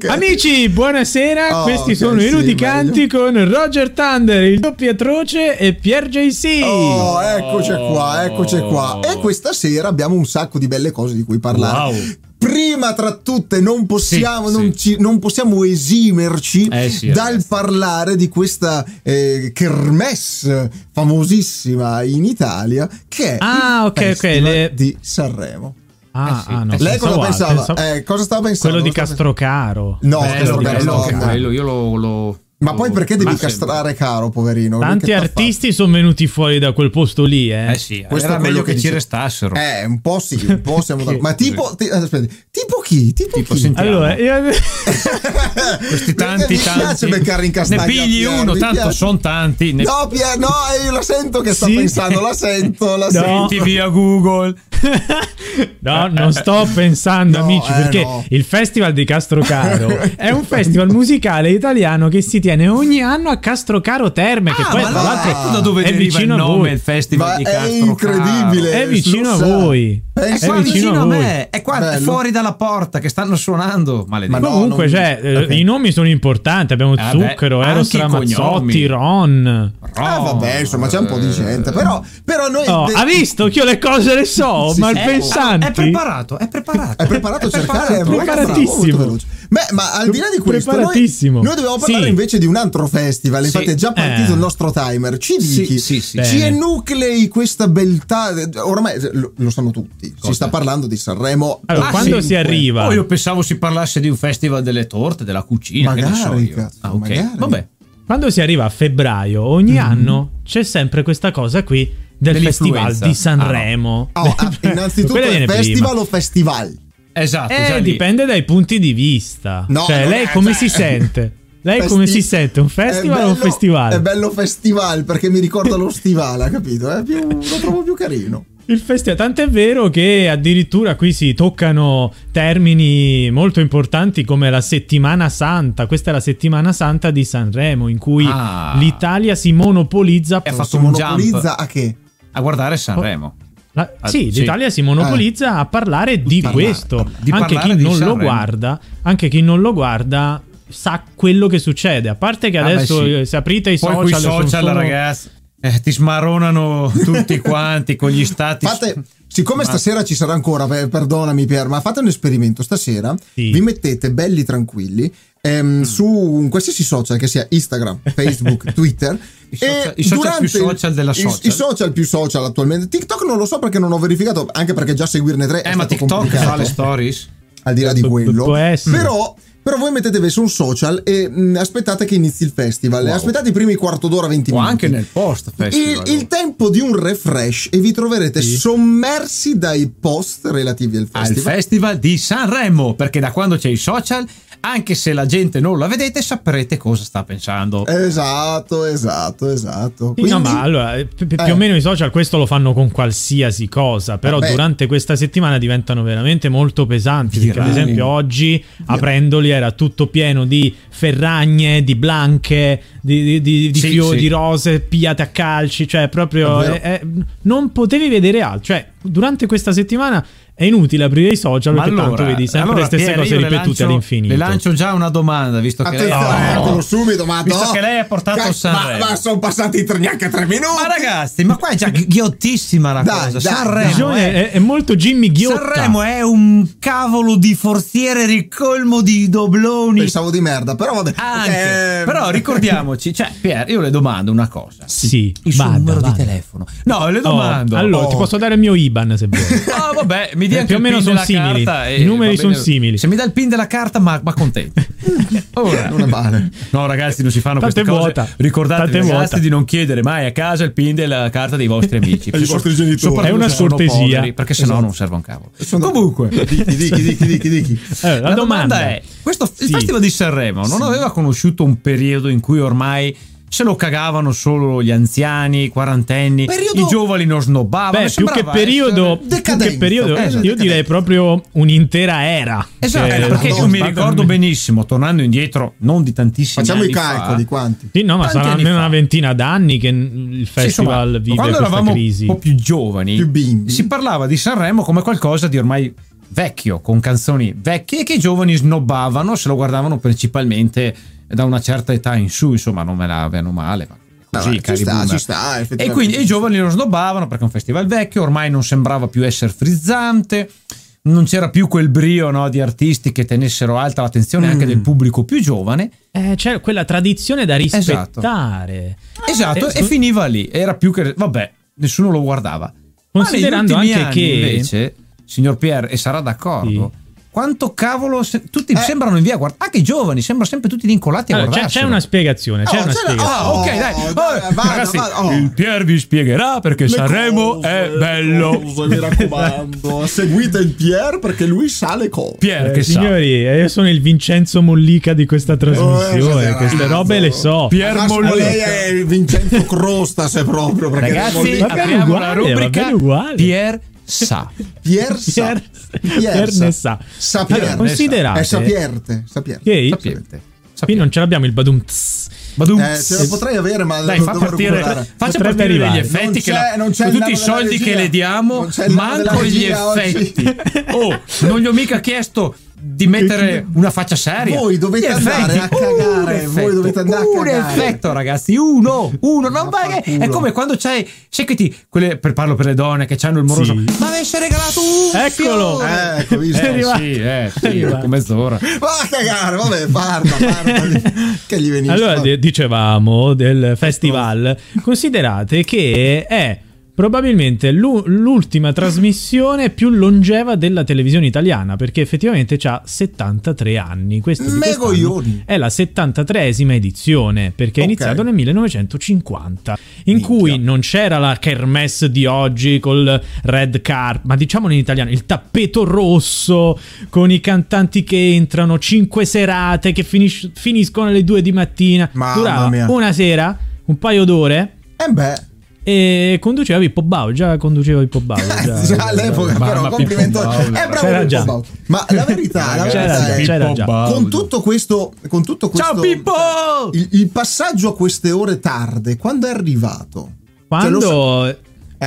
Ok. Amici, buonasera. Questi sono i Ludicanti con Roger Thunder, il doppio atroce e Pier JC. Oh, eccoci qua. E questa sera abbiamo un sacco di belle cose di cui parlare. Wow. Prima tra tutte non possiamo esimerci dal parlare di questa kermesse famosissima in Italia che è il Festival di Sanremo. No, lei cosa pensava? Cosa stava pensando? Quello di Castrocaro. No, Castrocaro. Io lo Ma poi perché devi castrare Caro, poverino? Tanti artisti sono venuti fuori da quel posto lì, sì, questo era è meglio quello che ci restassero. Un po' sì, un po' siamo ma tipo chi? Tipo chi? Allora, questi tanti. Mi piace beccare in castagna. Ne pigli uno, tanto sono tanti. No, io la sento che sta pensando, la sento. Senti via Google. No, non sto pensando, amici, perché il Festival di Castrocaro è un festival musicale italiano che si tiene ogni anno a Castrocaro Terme, che poi tra l'altro da dove è deriva vicino il a nome, voi. il Festival di Castrocaro. È incredibile. È vicino a voi. È qua vicino a me. È qua fuori dalla porta che stanno suonando. Maledetto. Comunque i nomi sono importanti. Abbiamo Zucchero, Eros Ramazzotti, Ron. Vabbè, insomma c'è un po' di gente. Però noi ha visto che io le cose le so, malpensanti. È preparato a cercare. È preparatissimo. Ma al di là di questo, noi dobbiamo parlare invece di un altro festival. Infatti è già partito il nostro timer. Ci dichi, ci enuclei questa beltà. Ormai lo sanno tutti. Si sta parlando di Sanremo. Allora, quando si arriva? Io pensavo si parlasse di un festival delle torte, della cucina. Magari, magari. Vabbè. Quando si arriva a febbraio, ogni anno c'è sempre questa cosa qui del Festival di Sanremo. Innanzitutto è festival o festival? Esatto. Dipende dai punti di vista. Lei come si sente? Lei come si sente? Un festival o un festival? È bello festival perché mi ricorda lo stivale, capito? Lo trovo più carino. Il festival, tant'è vero che addirittura qui si toccano termini molto importanti come la settimana santa. Questa è la settimana santa di Sanremo, in cui l'Italia si monopolizza. Ha fatto un jump a che? A guardare Sanremo. L'Italia si monopolizza a parlare di questo. Anche chi non lo guarda sa quello che succede. A parte che adesso se aprite i poi social, ragazzi, ti smaronano tutti quanti con gli stati. Siccome stasera ci sarà ancora, perdonami Pier, ma fate un esperimento stasera, vi mettete belli tranquilli su un qualsiasi social, che sia Instagram, Facebook, Twitter, i social più social della social. I social più social attualmente. TikTok non lo so perché non ho verificato, anche perché già seguirne 3 è ma TikTok fa le stories al di là di quello, però voi mettetevi su un social e aspettate che inizi il festival. Aspettate i primi quarto d'ora, 20 minuti. Anche nel post festival. Il tempo di un refresh e vi troverete sommersi dai post relativi al festival. Al Festival di Sanremo, perché da quando c'è i social, anche se la gente non la vedete, saprete cosa sta pensando. Esatto. Quindi, no, ma allora più o meno i social questo lo fanno con qualsiasi cosa, però durante questa settimana diventano veramente molto pesanti. Perché ad esempio oggi aprendoli era tutto pieno di ferragne, di blanche, di fiori, di rose pigliate a calci, cioè proprio non potevi vedere altro. Cioè durante questa settimana è inutile aprire i social perché tanto vedi sempre le stesse cose ripetute all'infinito. Le lancio già una domanda, visto che lei ha portato Sanremo. Ma sono passati neanche 3 minuti. Ma ragazzi, ma qua è già ghiottissima la cosa. Sanremo è molto Jimmy Ghiotta. Sanremo è un cavolo di forziere ricolmo di dobloni. Pensavo di merda, però vabbè. Però ricordiamoci, cioè Pier, io le domando una cosa. Sì, il suo numero di telefono. No, le domando. Allora ti posso dare il mio IBAN se vuoi. Vabbè, mi dia più o meno sono simili. I numeri sono simili. Se mi dà il pin della carta, ma contento. Ora non è male. No, ragazzi, non si fanno queste cose. Ricordate, ragazzi, di non chiedere mai a casa il pin della carta dei vostri amici. Dei vostri genitori. È una cortesia, poveri, perché sennò non serve un cavolo. Comunque, dici. La domanda è: il Festival di Sanremo non aveva conosciuto un periodo in cui ormai se lo cagavano solo gli anziani, i quarantenni, i giovani non snobbavano. Più che periodo, io direi proprio un'intera era. Esatto, perché io mi ricordo benissimo, tornando indietro, non di tantissimi anni fa. Facciamo i calcoli quanti. Sì, no, ma saranno almeno una ventina d'anni che il festival vive quando questa eravamo crisi. un po' più giovani, più bimbi, si parlava di Sanremo come qualcosa di ormai vecchio, con canzoni vecchie che i giovani snobbavano, se lo guardavano principalmente da una certa età in su, insomma, non me la avevano male, ma così, ci sta, e quindi i giovani lo snobbavano perché è un festival vecchio, ormai non sembrava più essere frizzante, non c'era più quel brio, no, di artisti che tenessero alta l'attenzione anche del pubblico più giovane. C'era quella tradizione da rispettare. Esatto, e finiva lì, era più che vabbè, nessuno lo guardava. Considerando anche anni, che invece, signor Pier, e sarà d'accordo, quanto cavolo tutti sembrano in via, anche i giovani sembrano sempre tutti incollati a guardarsi. C'è una spiegazione, ok, dai. Ragazzi, il Pier vi spiegherà perché Sanremo è bello. Mi raccomando, seguite il Pier perché lui sa le cose. Pier che signori, io sono il Vincenzo Mollica di questa trasmissione, queste robe le so. Pier Mollica. Lei è il Vincenzo Crosta, se proprio, perché ragazzi, apriamo la rubrica Pier sa. Pier ne sa. Sapiente. Considerate. È sapiente. Qui non ce l'abbiamo il badum. Ce lo potrei avere, ma dai, faccia partire degli effetti con tutti i soldi che le diamo, manco gli effetti. Non gli ho mica chiesto di mettere una faccia seria. Voi dovete andare a cagare. Un effetto, ragazzi. Uno. Non vai. È come quando c'hai, quelle, parlo per le donne che hanno il moroso. Sì. Ma avessi regalato un eccolo. Ecco, visto? Sì, dopo mezz'ora. Va a cagare, vabbè, parla. Che gli venisse. Allora, dicevamo del festival. Considerate che è probabilmente l'ultima trasmissione più longeva della televisione italiana, perché effettivamente c'ha 73 anni. Questo è la 73esima edizione, perché è iniziato nel 1950, in cui non c'era la kermesse di oggi col red carpet, ma diciamolo in italiano, il tappeto rosso con i cantanti che entrano, 5 serate che finiscono alle 2 di mattina. Durava una sera, un paio d'ore. E conduceva Pippo Baudo, già già all'epoca, però complimento, è bravo Pippo Baudo. Ma la verità c'era già. Con tutto questo ciao Pippo! Il passaggio a queste ore tarde, quando è arrivato? Quando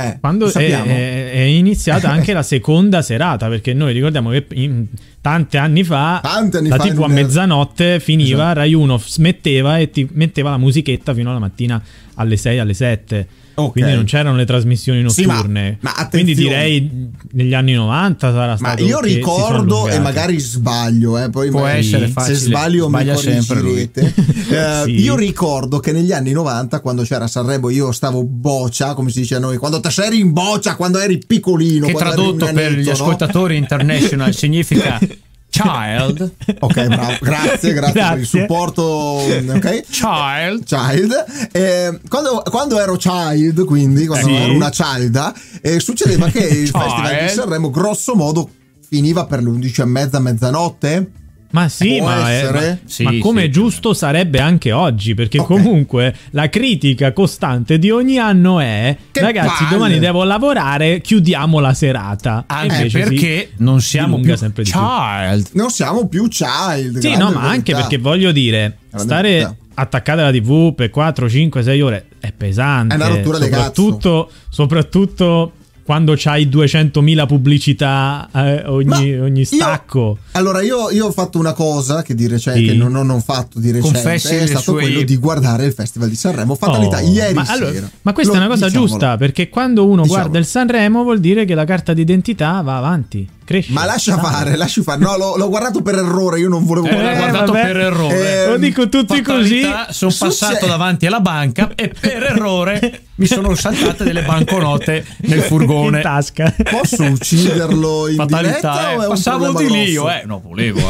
è iniziata anche la seconda serata, perché noi ricordiamo che tanti anni fa la TV a mezzanotte finiva, esatto. Rai 1 smetteva e ti metteva la musichetta fino alla mattina alle 6, alle 7. Quindi non c'erano le trasmissioni notturne. Ma quindi direi negli anni 90 sarà stato. Ma io ricordo, e magari sbaglio, poi può essere facile. Se sbaglio mi correggerete. Sì. Io ricordo che negli anni 90, quando c'era Sanremo, io stavo boccia, come si dice a noi, quando te sei in boccia, quando eri piccolino. Che tradotto per gli ascoltatori international significa child. Ok, bravo, grazie per il supporto. Ok, child. Quando ero child, quindi quando ero una cialda, succedeva che il Festival di Sanremo grosso modo finiva per le 11:30, mezzanotte. Ma sì, ma come giusto sarebbe anche oggi, perché comunque la critica costante di ogni anno è che ragazzi, domani devo lavorare, chiudiamo la serata. Anche perché non siamo più child. Non siamo più child. Sì, no, ma anche perché voglio dire, stare attaccati alla TV per 4, 5, 6 ore è pesante. È una rottura di cazzo. Soprattutto quando c'hai 200.000 pubblicità ogni stacco. Allora io ho fatto una cosa che di recente, che non ho fatto di recente, è stato quello di guardare il Festival di Sanremo. Fatalità, ieri sera. Ma questa è una cosa giusta, perché quando uno guarda il Sanremo vuol dire che la carta d'identità va avanti. Cresce, ma lasci fare. No, l'ho guardato per errore. Io non volevo guardato per errore. Lo dico tutti così. Sono passato davanti alla banca e per errore mi sono saltate delle banconote nel furgone in tasca. Posso ucciderlo in fatalità, diretta? Passavo di lì io, no, volevo.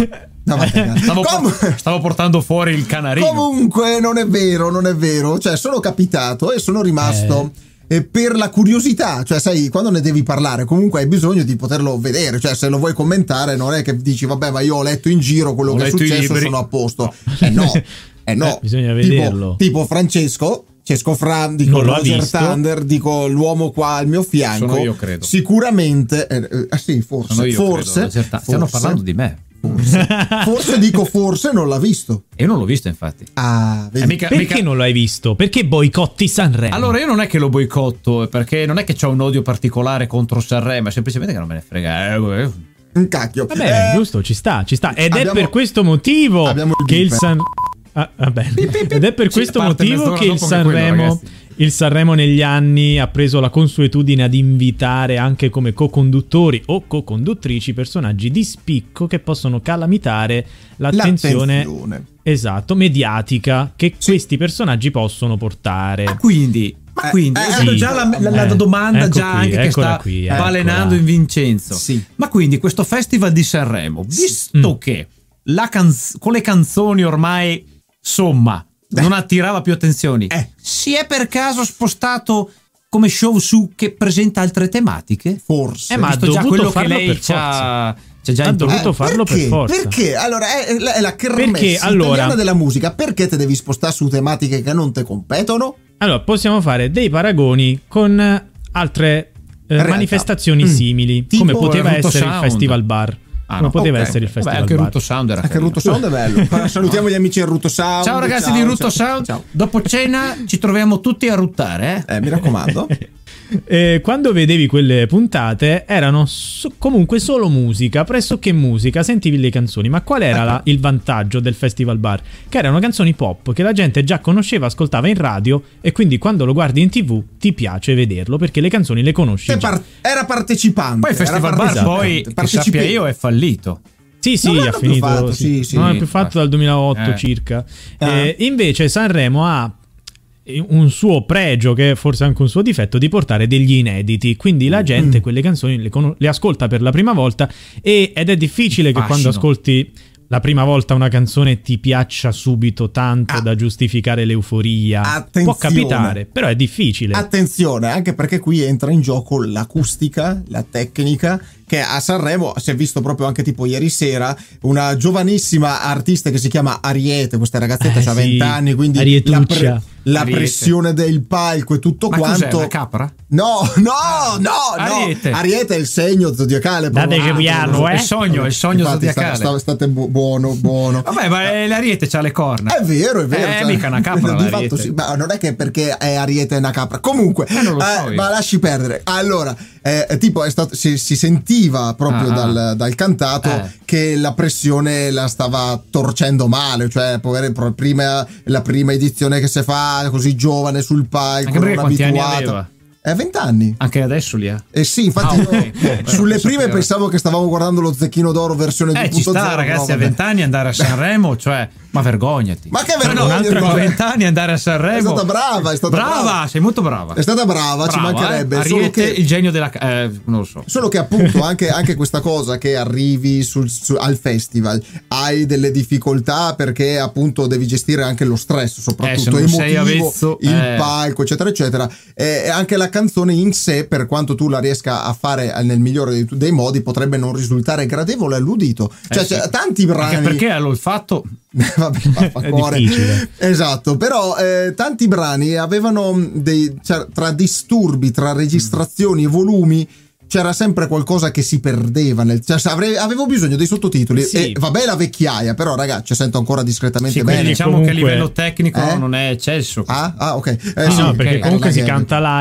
Stavo portando fuori il canarino. Comunque non è vero. Cioè, sono capitato e sono rimasto. Per la curiosità, cioè sai, quando ne devi parlare comunque hai bisogno di poterlo vedere, cioè se lo vuoi commentare non è che dici vabbè ma io ho letto in giro quello che è successo e sono a posto. No. Bisogna vederlo. Tipo Francesco Fra, dico Roger Thunder, dico l'uomo qua al mio fianco. Sono io, credo. Sicuramente sì, forse. Sono io, forse. Stiamo parlando di me. Forse non l'ha visto. Io non l'ho visto, infatti. Perché non l'hai visto? Perché boicotti Sanremo? Allora io non è che lo boicotto, perché non è che c'ho un odio particolare contro Sanremo, è semplicemente che non me ne frega. Un cacchio. Vabbè, giusto, ci sta. Ed è per questo motivo che il Ed è per questo motivo che il Sanremo negli anni ha preso la consuetudine ad invitare anche come co-conduttori o co-conduttrici personaggi di spicco che possono calamitare l'attenzione. Esatto, mediatica che questi personaggi possono portare. Quindi già la domanda già qui, anche che sta balenando in Vincenzo. Sì. Ma quindi questo Festival di Sanremo, visto che con le canzoni ormai non attirava più attenzioni, si è per caso spostato come show su che presenta altre tematiche? Forse. Ma ha dovuto farlo per forza. Ha dovuto farlo per forza. Perché? Allora è la kermesse italiana della musica. Perché te devi spostare su tematiche che non te competono? Allora possiamo fare dei paragoni con altre manifestazioni simili, tipo come poteva essere il Festival Bar. Non poteva essere il Festival anche Bar. Ruto Sound era anche Ruto Sound è bello. Salutiamo gli amici del Ruto Sound. Ciao ragazzi di Ruto Sound. Ciao. Dopo cena ci troviamo tutti a ruttare, mi raccomando. Quando vedevi quelle puntate erano comunque solo musica, pressoché musica, sentivi le canzoni. Ma qual era il vantaggio del Festival Bar? Che erano canzoni pop che la gente già conosceva, ascoltava in radio, e quindi quando lo guardi in TV ti piace vederlo perché le canzoni le conosci già. Era partecipante. Poi il Festival Bar poi, che sappia io, è fallito. Sì, ha finito. Non è più fatto dal 2008 circa. Invece Sanremo ha un suo pregio, che è forse anche un suo difetto, di portare degli inediti, quindi la gente quelle canzoni le ascolta per la prima volta ed è difficile che quando ascolti la prima volta una canzone ti piaccia subito tanto da giustificare l'euforia. Attenzione. Può capitare, però è difficile. Attenzione, anche perché qui entra in gioco l'acustica, la tecnica, che a Sanremo si è visto proprio anche tipo ieri sera una giovanissima artista che si chiama Ariete, questa ragazzetta ha 20 anni, quindi la pressione del palco e tutto quanto. Cos'è, una capra? No. Ariete è il segno zodiacale. Date che piano, È il sogno infatti, zodiacale. State buono. Vabbè, ma l'Ariete c'ha le corna. È vero. È mica una capra l'Ariete. Sì, ma non è che perché è Ariete è una capra. Comunque, non lo so ma lasci perdere. Allora, tipo si sentiva proprio dal cantato che la pressione la stava torcendo male, cioè la prima edizione che si fa così giovane sul palco, anche perché non quanti abituata. Anni aveva? 20 anni. Anche adesso li ha. Sì, infatti sulle prime pensavo che stavamo guardando lo Zecchino d'Oro versione 2.0. Ci sta, ragazzi, a 20 anni andare a Sanremo, cioè, ma vergognati. Ma che vergogna! A 20 anni andare a Sanremo. È stata brava, sei molto brava. È stata brava, ci mancherebbe. Ariete, solo che il genio della non lo so. Solo che appunto anche questa cosa che arrivi al festival hai delle difficoltà perché appunto devi gestire anche lo stress, soprattutto emotivo, il palco, eccetera eccetera, e anche la canzone in sé, per quanto tu la riesca a fare nel migliore dei modi, potrebbe non risultare gradevole all'udito. Cioè, tanti brani. Anche perché all'olfatto vabbè, è difficile. Esatto, però tanti brani avevano tra disturbi, tra registrazioni e volumi c'era sempre qualcosa che si perdeva avevo bisogno dei sottotitoli e vabbè la vecchiaia, però ragazzi sento ancora discretamente bene. Diciamo comunque, che a livello tecnico non è eccesso. Ok. Perché comunque si canta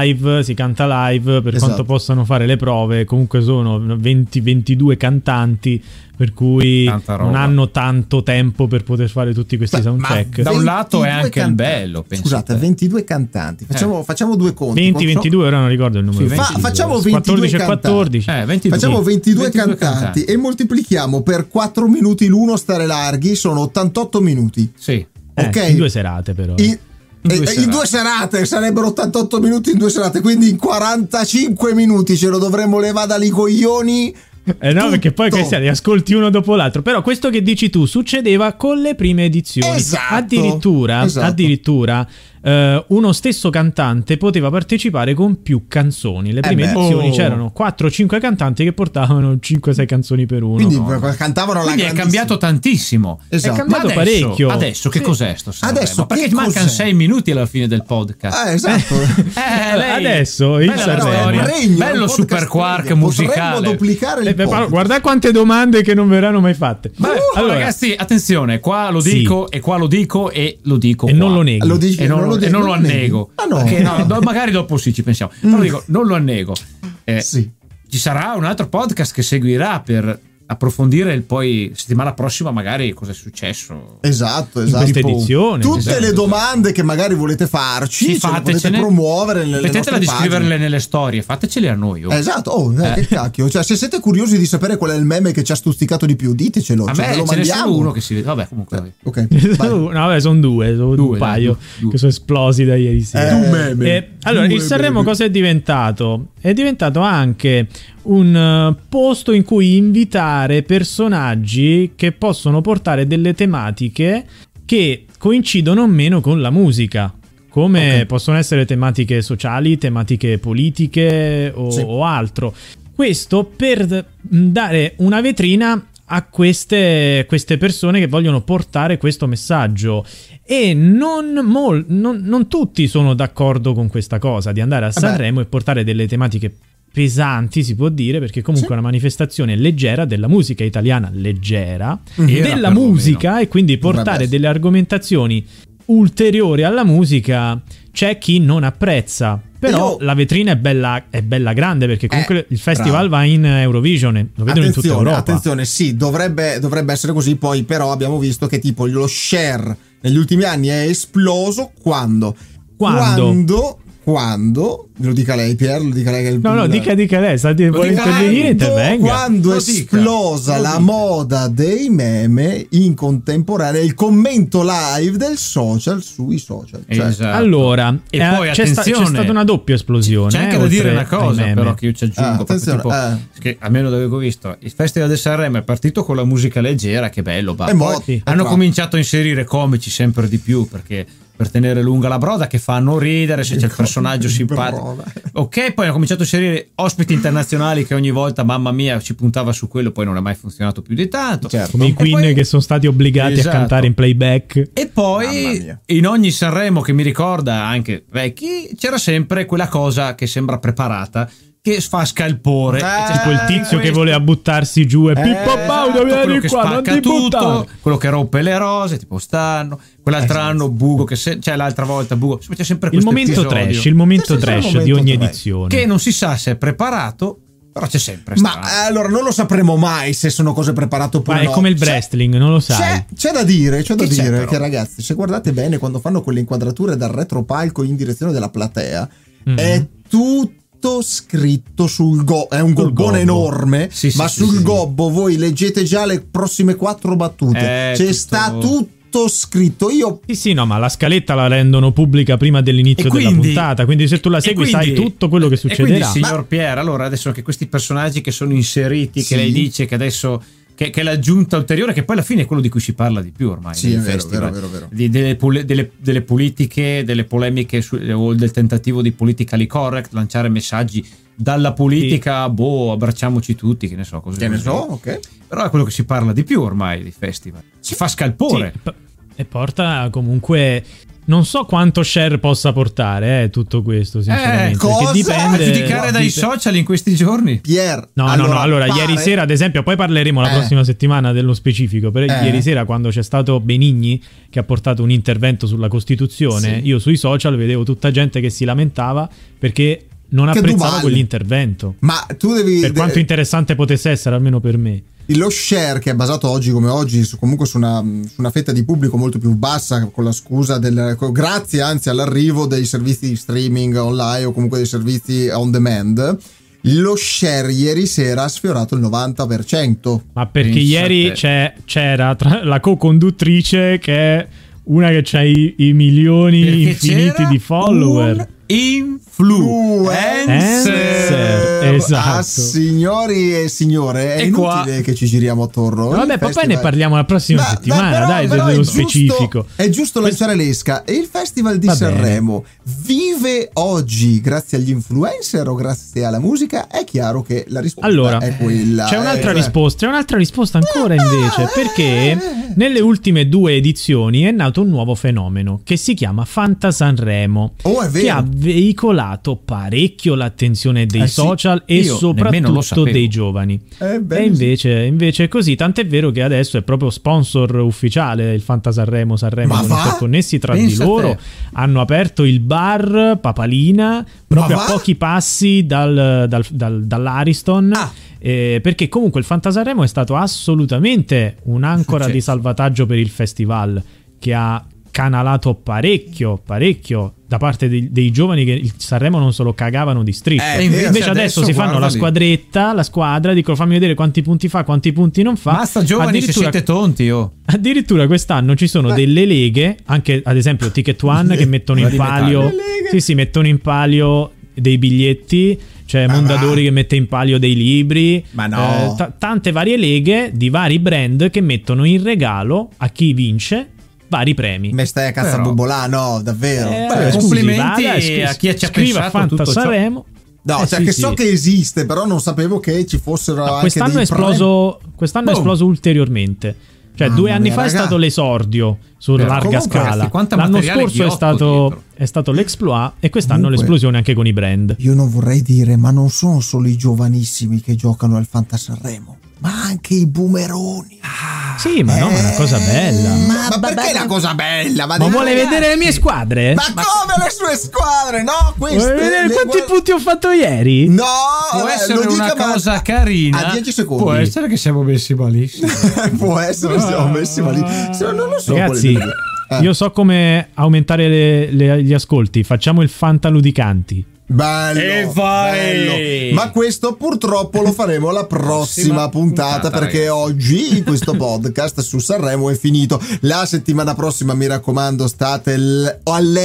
live per quanto possano fare le prove, comunque sono 20-22 cantanti, per cui non hanno tanto tempo per poter fare tutti questi soundcheck. Da un lato è anche il bello. Scusate, 22 cantanti. Facciamo due conti. 20-22, ora non ricordo il numero. Facciamo 22 cantanti. 14. 22. Facciamo 22 cantanti e moltiplichiamo per 4 minuti l'uno stare larghi, sono 88 minuti. Sì. Ok. In 2 serate però. In 2 serate sarebbero 88 minuti in 2 serate, quindi in 45 minuti ce lo dovremmo levare dagli coglioni. No, perché poi li ascolti uno dopo l'altro. Però questo che dici tu succedeva con le prime edizioni. Addirittura uno stesso cantante poteva partecipare con più canzoni. Le prime edizioni c'erano 4-5 cantanti che portavano 5-6 canzoni per uno. Quindi cantavano Quindi è cambiato tantissimo. Esatto. È cambiato parecchio. Adesso che cos'è sto Sanremo? Adesso perché mancano 6 minuti alla fine del podcast. Esatto. Adesso il Sanremo. Bello super quark musicale. Potremmo duplicare il guarda quante domande che non verranno mai fatte. Allora, ragazzi, attenzione, qua lo dico e qua lo dico e lo dico. E non lo nego. E non lo annego. Magari dopo ci pensiamo. Però dico, non lo annego. Ci sarà un altro podcast che seguirà per approfondire e poi settimana prossima magari cosa è successo. Esatto. Questa edizione. Tutte le domande che magari volete farci, potete promuovere mettetela di scriverle nelle storie, fatecele a noi. Esatto, che cacchio. Cioè, se siete curiosi di sapere qual è il meme che ci ha stuzzicato di più, ditecelo. A me ce n'è solo uno che si vede. Vabbè, comunque. Sono due, un paio che sono esplosi da ieri sera. Allora, il Sanremo cosa è diventato? È diventato anche un posto in cui invitare personaggi che possono portare delle tematiche che coincidono o meno con la musica, come possono essere tematiche sociali, tematiche politiche o altro. Questo per dare una vetrina a queste persone che vogliono portare questo messaggio, e non tutti sono d'accordo con questa cosa di andare a Sanremo e portare delle tematiche pesanti, si può dire, perché comunque è una manifestazione leggera della musica italiana, leggera della musica, e quindi portare delle argomentazioni ulteriori alla musica. C'è chi non apprezza, però la vetrina è bella grande, perché comunque il festival va in Eurovision, lo vedono in tutta Europa. Attenzione, sì, dovrebbe essere così. Poi però abbiamo visto che tipo lo share negli ultimi anni è esploso quando lo dica lei, Pier, lo dica lei che dica lei, vuole intervenire, intervenga. Quando è esplosa la moda dei meme in contemporanea, il commento live del social sui social. Esatto. Allora, e poi c'è stata una doppia esplosione. C'è anche da dire una cosa, però, che io ci aggiungo. Che almeno da avevo visto, il Festival del Sanremo è partito con la musica leggera, che bello, poi hanno cominciato a inserire comici sempre di più, perché per tenere lunga la broda, che fanno ridere se c'è il personaggio simpatico. Ok, poi hanno cominciato a inserire ospiti internazionali che ogni volta, mamma mia, ci puntava su quello, poi non è mai funzionato più di tanto. Come i Queen, che sono stati obbligati a cantare in playback. E poi in ogni Sanremo, che mi ricorda anche vecchi, c'era sempre quella cosa che sembra preparata, che fa scalpore, tipo il tizio che voleva buttarsi giù e Pippo Baudo, vieni qua, non ti buttare, quello che rompe le rose, tipo stanno, quell'altro anno Bugo, l'altra volta Bugo, c'è sempre questo episodio. Il momento trash di ogni edizione, che non si sa se è preparato, però c'è sempre. Ma allora non lo sapremo mai se sono cose preparate oppure no. È come il wrestling, non lo sai. C'è da dire che, ragazzi, se guardate bene, quando fanno quelle inquadrature dal retropalco in direzione della platea, è tutto scritto sul gobbo. È un gobbone enorme, ma sul gobbo voi leggete già le prossime 4 battute. Sta tutto scritto. Ma la scaletta la rendono pubblica prima dell'inizio della puntata, quindi se tu la segui sai tutto quello che succederà. E quindi, signor Pier, allora adesso anche questi personaggi che sono inseriti, che lei dice che adesso che è l'aggiunta ulteriore, che poi alla fine è quello di cui si parla di più ormai. Sì, è vero. Delle politiche, delle polemiche o del tentativo di politically correct, lanciare messaggi dalla politica, abbracciamoci tutti, che ne so, così. Ok. Però è quello che si parla di più ormai di festival. Si fa scalpore. Sì, e porta comunque... Non so quanto share possa portare tutto questo, sinceramente. Cosa? Che dipende, a giudicare dai social in questi giorni. Pier, allora ieri sera, ad esempio, poi parleremo la prossima settimana dello specifico, però ieri sera, quando c'è stato Benigni che ha portato un intervento sulla Costituzione, io sui social vedevo tutta gente che si lamentava perché non apprezzava quell'intervento. Ma tu devi... quanto interessante potesse essere, almeno per me. Lo share, che è basato oggi come oggi comunque su una fetta di pubblico molto più bassa, con la scusa grazie anzi all'arrivo dei servizi di streaming online o comunque dei servizi on demand, lo share ieri sera ha sfiorato il 90%. Ma perché ieri c'era la co-conduttrice che è una che c'ha i milioni perché infiniti di follower. Influencer, esatto. Signori e signore, è inutile che ci giriamo attorno. Vabbè, poi ne parliamo la prossima settimana, dello specifico. È giusto lanciare l'esca. E il Festival di Sanremo vive oggi grazie agli influencer o grazie alla musica? È chiaro che la risposta è quella. C'è un'altra risposta ancora invece, perché nelle ultime 2 edizioni è nato un nuovo fenomeno che si chiama Fantasanremo, che ha veicolato parecchio l'attenzione dei social e soprattutto dei giovani. E invece è così, tant'è vero che adesso è proprio sponsor ufficiale il Fantasanremo, sono interconnessi tra di loro. Hanno aperto il bar Papalina proprio a pochi passi dall'Ariston. perché comunque il Fantasanremo è stato assolutamente un'ancora di salvataggio per il festival, che ha canalato parecchio da parte dei giovani che il Sanremo non se lo cagavano di striscio. Invece adesso si fanno la squadretta, la squadra, dicono fammi vedere quanti punti fa, quanti punti non fa. Basta giovani, se siete tonti. Addirittura quest'anno ci sono delle leghe, anche ad esempio Ticket One, che mettono in palio mettono in palio dei biglietti. C'è Mondadori che mette in palio dei libri, tante varie leghe di vari brand che mettono in regalo a chi vince vari premi. Me stai a cazzabubolà, no, davvero. Complimenti a chi ci ha pensato tutto Sanremo. No, so che esiste, però non sapevo che ci fossero anche quest'anno dei quest'anno è esploso ulteriormente. Cioè 2 anni fa è stato l'esordio su larga scala. L'anno scorso è stato l'exploit e quest'anno l'esplosione anche con i brand. Io non vorrei dire, ma non sono solo i giovanissimi che giocano al Fantasanremo, ma anche i boomeroni. Sì, ma no, ma è una cosa bella. Ma perché è una cosa bella? Ma vuole vedere le mie squadre? Ma come le sue squadre? No, queste. Vuole vedere quanti punti ho fatto ieri? No, può essere una cosa carina. A 10 secondi. Può essere che siamo messi malissimo. Può essere che siamo messi malissimo. Non lo so. Ragazzi, io so come aumentare gli ascolti. Facciamo il Fantaludicanti. Bello, bello. Ma questo purtroppo lo faremo alla prossima puntata, perché oggi questo podcast su Sanremo è finito. La settimana prossima, mi raccomando, state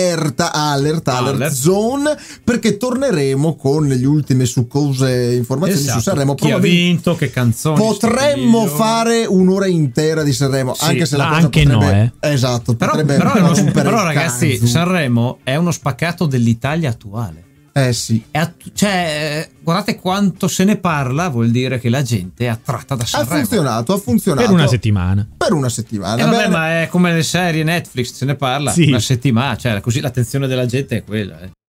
alert zone, perché torneremo con le ultime succose informazioni su Sanremo. Chi ha vinto, che canzoni. Potremmo fare un'ora intera di Sanremo, anche se la cosa anche potrebbe, esatto, però ragazzi, Sanremo è uno spaccato dell'Italia attuale. Sì. Guardate quanto se ne parla, vuol dire che la gente è attratta da Sanremo. Ha funzionato. Per una settimana. Vabbè, ma è come le serie Netflix, se ne parla una settimana, così l'attenzione della gente è quella.